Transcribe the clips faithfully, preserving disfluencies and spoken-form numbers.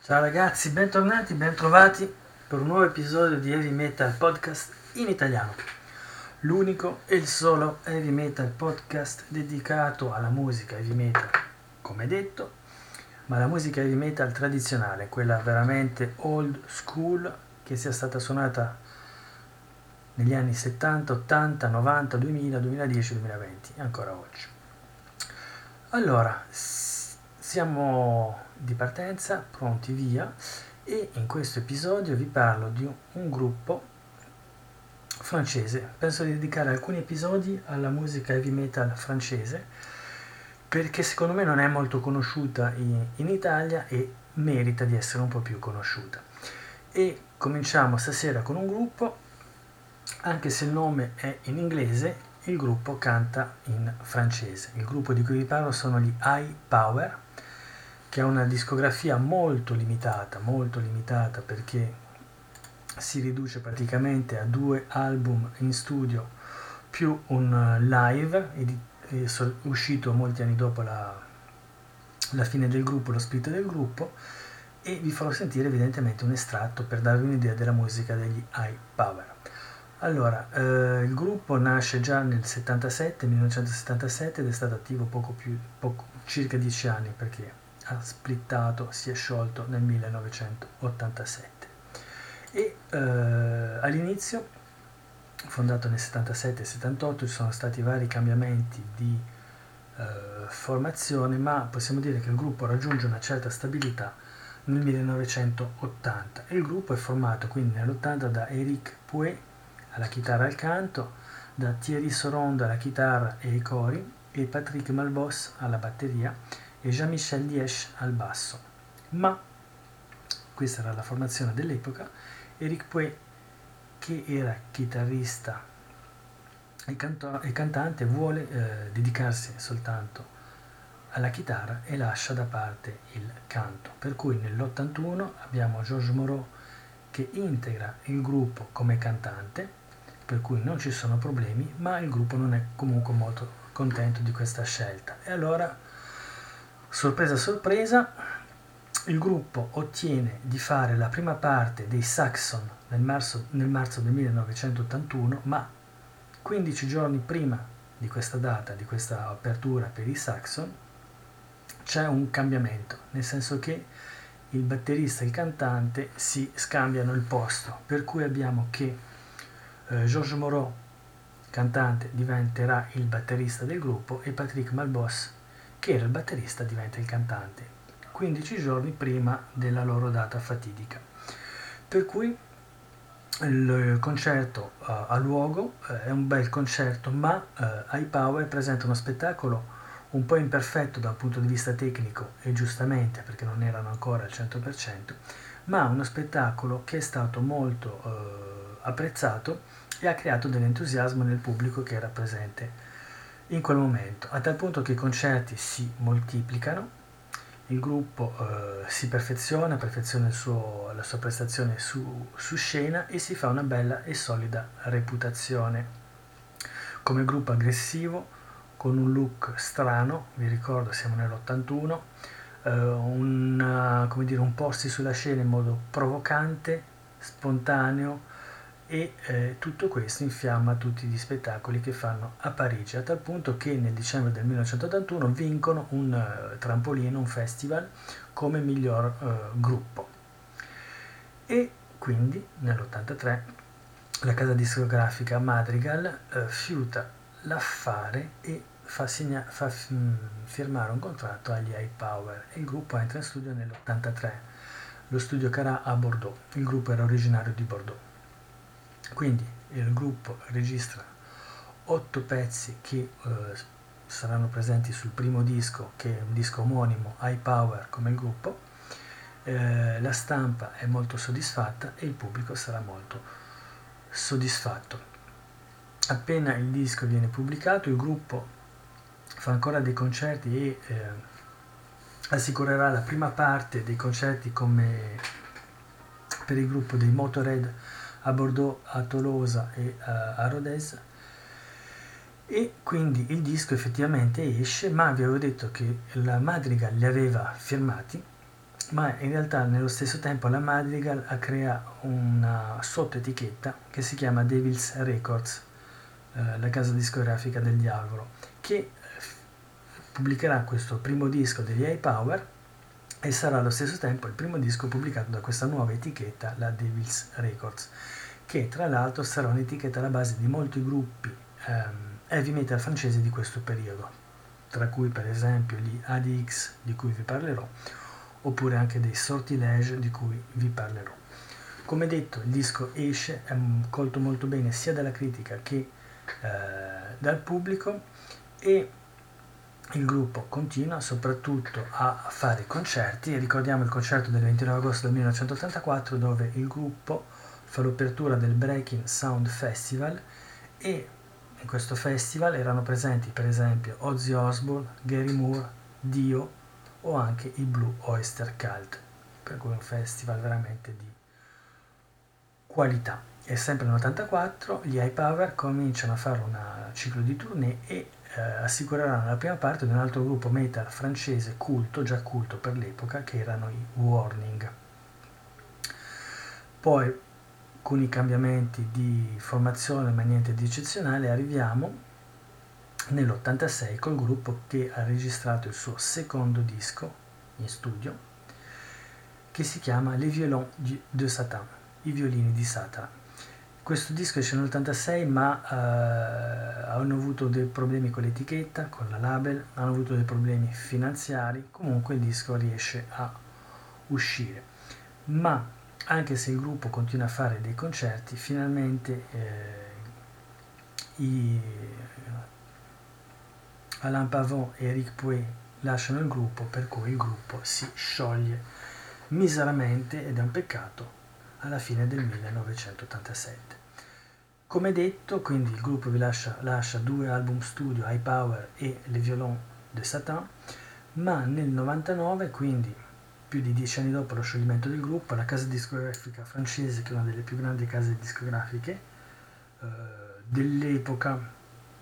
Ciao ragazzi, bentornati, bentrovati per un nuovo episodio di Heavy Metal Podcast in italiano. L'unico e il solo Heavy Metal Podcast dedicato alla musica heavy metal, come detto, ma la musica heavy metal tradizionale, quella veramente old school che sia stata suonata negli anni settanta, ottanta, novanta, duemila, duemiladieci, duemilaventi e ancora oggi. Allora, siamo di partenza, pronti via, e in questo episodio vi parlo di un gruppo francese. Penso di dedicare alcuni episodi alla musica heavy metal francese perché secondo me non è molto conosciuta in, in Italia e merita di essere un po' più conosciuta. E cominciamo stasera con un gruppo, anche se il nome è in inglese, il gruppo canta in francese. Il gruppo di cui vi parlo sono gli High Power, che ha una discografia molto limitata, molto limitata perché si riduce praticamente a due album in studio più un live uscito molti anni dopo la, la fine del gruppo, lo split del gruppo, e vi farò sentire evidentemente un estratto per darvi un'idea della musica degli High Power. Allora, eh, il gruppo nasce già nel settantasette, millenovecentosettantasette, ed è stato attivo poco più, poco, circa dieci anni perché ha splittato, si è sciolto nel millenovecentottantasette. E eh, all'inizio, fondato nel settantasette settantotto, ci sono stati vari cambiamenti di eh, formazione, ma possiamo dire che il gruppo raggiunge una certa stabilità nel millenovecentottanta. E il gruppo è formato quindi nell'ottanta da Eric Pouet alla chitarra e al canto, da Thierry Soronde alla chitarra e ai cori, e Patrick Malbos alla batteria e Jean-Michel Liesch al basso. Ma questa era la formazione dell'epoca. Eric Pouet, che era chitarrista e, canto- e cantante, vuole eh, dedicarsi soltanto alla chitarra e lascia da parte il canto, per cui nell'ottantuno abbiamo Georges Moreau che integra il gruppo come cantante, per cui non ci sono problemi, ma il gruppo non è comunque molto contento di questa scelta. E allora, sorpresa sorpresa, il gruppo ottiene di fare la prima parte dei Saxon nel marzo, nel marzo del millenovecentottantuno, ma quindici giorni prima di questa data, di questa apertura per i Saxon, c'è un cambiamento, nel senso che il batterista e il cantante si scambiano il posto, per cui abbiamo che eh, Georges Moreau, cantante, diventerà il batterista del gruppo e Patrick Malbos, che era il batterista, diventa il cantante, quindici giorni prima della loro data fatidica. Per cui il concerto uh, ha luogo, uh, è un bel concerto, ma uh, High Power presenta uno spettacolo un po' imperfetto dal punto di vista tecnico, e giustamente perché non erano ancora al cento per cento, ma uno spettacolo che è stato molto uh, apprezzato e ha creato dell'entusiasmo nel pubblico che era presente in quel momento, a tal punto che i concerti si moltiplicano, il gruppo eh, si perfeziona, perfeziona il suo, la sua prestazione su, su scena e si fa una bella e solida reputazione come gruppo aggressivo, con un look strano. Vi ricordo, siamo nell'ottantuno, eh, un, come dire, un porsi sulla scena in modo provocante, spontaneo, e eh, tutto questo infiamma tutti gli spettacoli che fanno a Parigi, a tal punto che nel dicembre del millenovecentottantuno vincono un uh, trampolino, un festival, come miglior uh, gruppo. E quindi nell'ottantatré la casa discografica Madrigal uh, fiuta l'affare e fa, segna- fa f- firmare un contratto agli High Power, e il gruppo entra in studio nell'ottantatré. Lo studio Cara a Bordeaux, il gruppo era originario di Bordeaux. Quindi il gruppo registra otto pezzi che eh, saranno presenti sul primo disco, che è un disco omonimo, High Power, come il gruppo. Eh, la stampa è molto soddisfatta e il pubblico sarà molto soddisfatto. Appena il disco viene pubblicato, il gruppo fa ancora dei concerti e eh, assicurerà la prima parte dei concerti come per il gruppo dei Motorhead a Bordeaux, a Tolosa e a, a Rodez. E quindi il disco effettivamente esce, ma vi avevo detto che la Madrigal li aveva firmati ma in realtà nello stesso tempo la Madrigal crea una sottoetichetta che si chiama Devil's Records, eh, la casa discografica del diavolo, che eh, pubblicherà questo primo disco degli High Power e sarà allo stesso tempo il primo disco pubblicato da questa nuova etichetta, la Devil's Records, che tra l'altro sarà un'etichetta alla base di molti gruppi ehm, heavy metal francesi di questo periodo, tra cui per esempio gli A D X di cui vi parlerò, oppure anche dei Sortilege di cui vi parlerò. Come detto, il disco esce, è colto molto bene sia dalla critica che eh, dal pubblico, e il gruppo continua soprattutto a fare concerti. Ricordiamo il concerto del ventinove agosto del millenovecentottantaquattro, dove il gruppo fa l'apertura del Breaking Sound Festival, e in questo festival erano presenti per esempio Ozzy Osbourne, Gary Moore, Dio o anche i Blue Oyster Cult, per cui un festival veramente di qualità. E sempre nell'ottantaquattro gli High Power cominciano a fare un ciclo di tournée e eh, assicureranno la prima parte di un altro gruppo metal francese culto, già culto per l'epoca, che erano i Warning. Poi, con i cambiamenti di formazione, ma niente di eccezionale, arriviamo nell'ottantasei col gruppo che ha registrato il suo secondo disco in studio, che si chiama Les Violons de Satan, i violini di Satana. Questo disco esce nell'ottantasei, ma eh, hanno avuto dei problemi con l'etichetta, con la label, hanno avuto dei problemi finanziari. Comunque il disco riesce a uscire, ma anche se il gruppo continua a fare dei concerti, finalmente eh, i Alain Pavon e Eric Pouet lasciano il gruppo, per cui il gruppo si scioglie miseramente, ed è un peccato, alla fine del millenovecentottantasette. Come detto, quindi il gruppo vi lascia, lascia due album studio, High Power e Les Violons de Satan, ma nel novantanove, quindi più di dieci anni dopo lo scioglimento del gruppo, la casa discografica francese, che è una delle più grandi case discografiche eh, dell'epoca,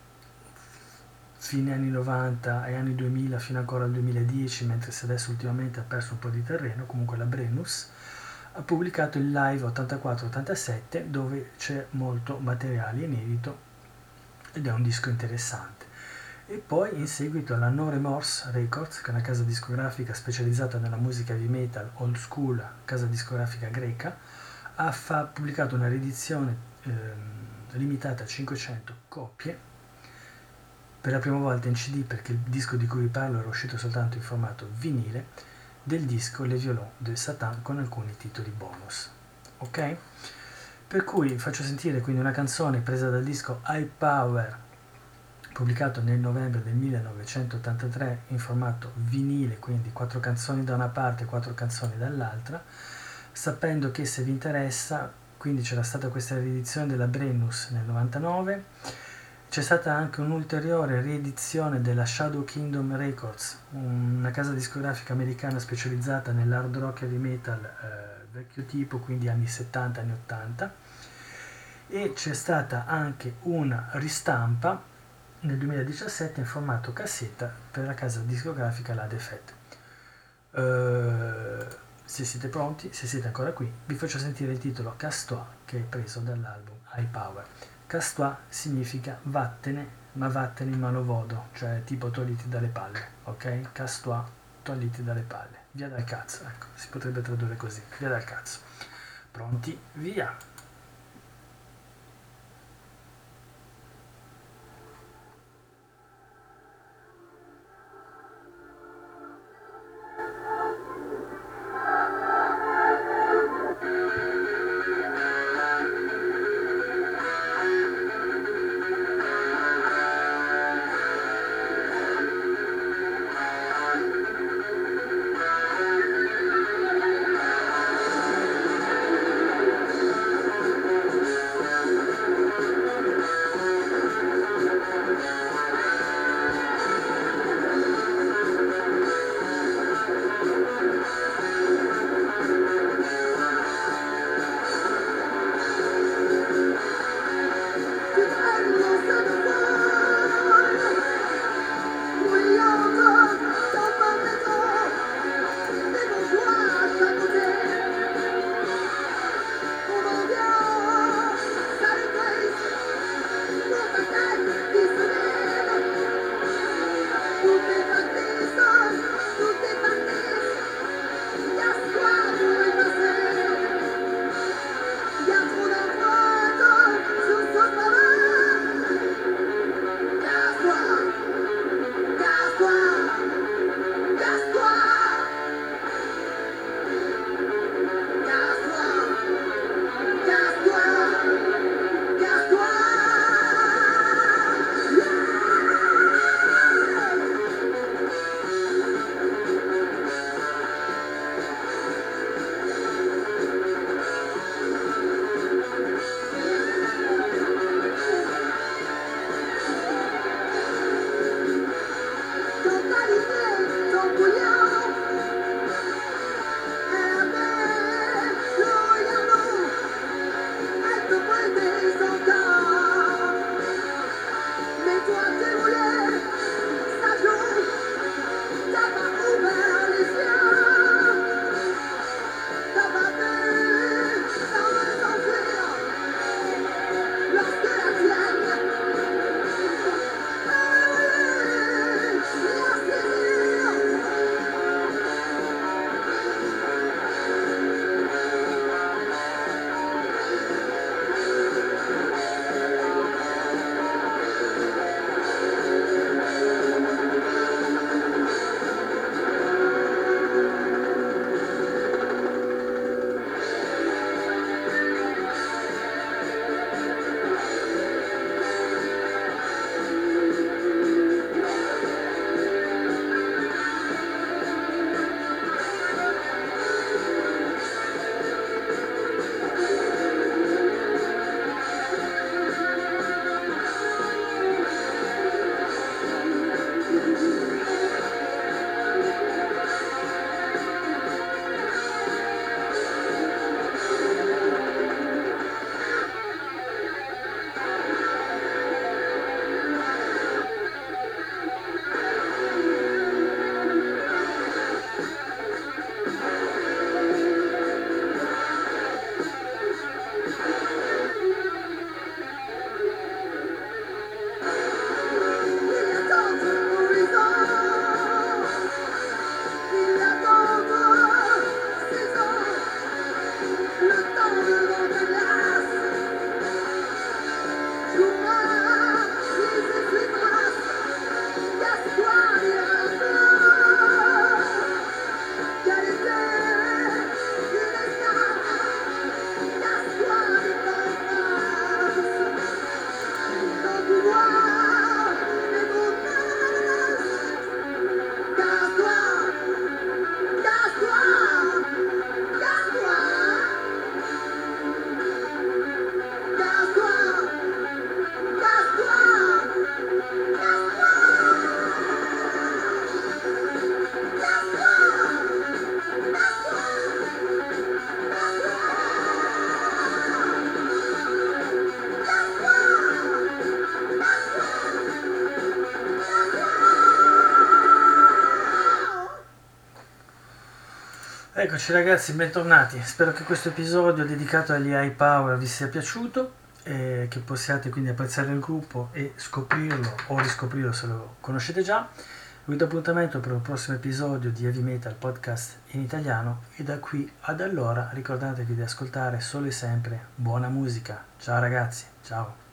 fine anni novanta e anni duemila fino ancora al duemiladieci, mentre se adesso ultimamente ha perso un po' di terreno, comunque la Brennus ha pubblicato il live ottantaquattro ottantasette, dove c'è molto materiale inedito ed è un disco interessante. E poi in seguito alla No Remorse Records, che è una casa discografica specializzata nella musica heavy metal old school, casa discografica greca, ha fa, pubblicato una riedizione ehm, limitata a cinquecento copie, per la prima volta in C D, perché il disco di cui vi parlo era uscito soltanto in formato vinile, del disco Les Violons de Satan, con alcuni titoli bonus. Ok? Per cui faccio sentire quindi una canzone presa dal disco High Power, pubblicato nel novembre del millenovecentottantatré in formato vinile, quindi quattro canzoni da una parte e quattro canzoni dall'altra, sapendo che se vi interessa, quindi c'era stata questa riedizione della Brennus nel novantanove, c'è stata anche un'ulteriore riedizione della Shadow Kingdom Records, una casa discografica americana specializzata nell'hard rock heavy metal eh, vecchio tipo, quindi anni settanta, anni ottanta, e c'è stata anche una ristampa nel duemiladiciassette in formato cassetta per la casa discografica La Defette. Uh, se siete pronti, se siete ancora qui, vi faccio sentire il titolo Castois, che è preso dall'album High Power. Castois significa vattene, ma vattene in malovodo, cioè tipo togliti dalle palle, ok? Castois, togliti dalle palle, via dal cazzo, ecco, si potrebbe tradurre così, via dal cazzo. Pronti? Via! Eccoci ragazzi, bentornati. Spero che questo episodio dedicato agli high power vi sia piaciuto e che possiate quindi apprezzare il gruppo e scoprirlo o riscoprirlo se lo conoscete già. Vi do appuntamento per un prossimo episodio di Heavy Metal Podcast in italiano e da qui ad allora ricordatevi di ascoltare solo e sempre buona musica. Ciao ragazzi, ciao.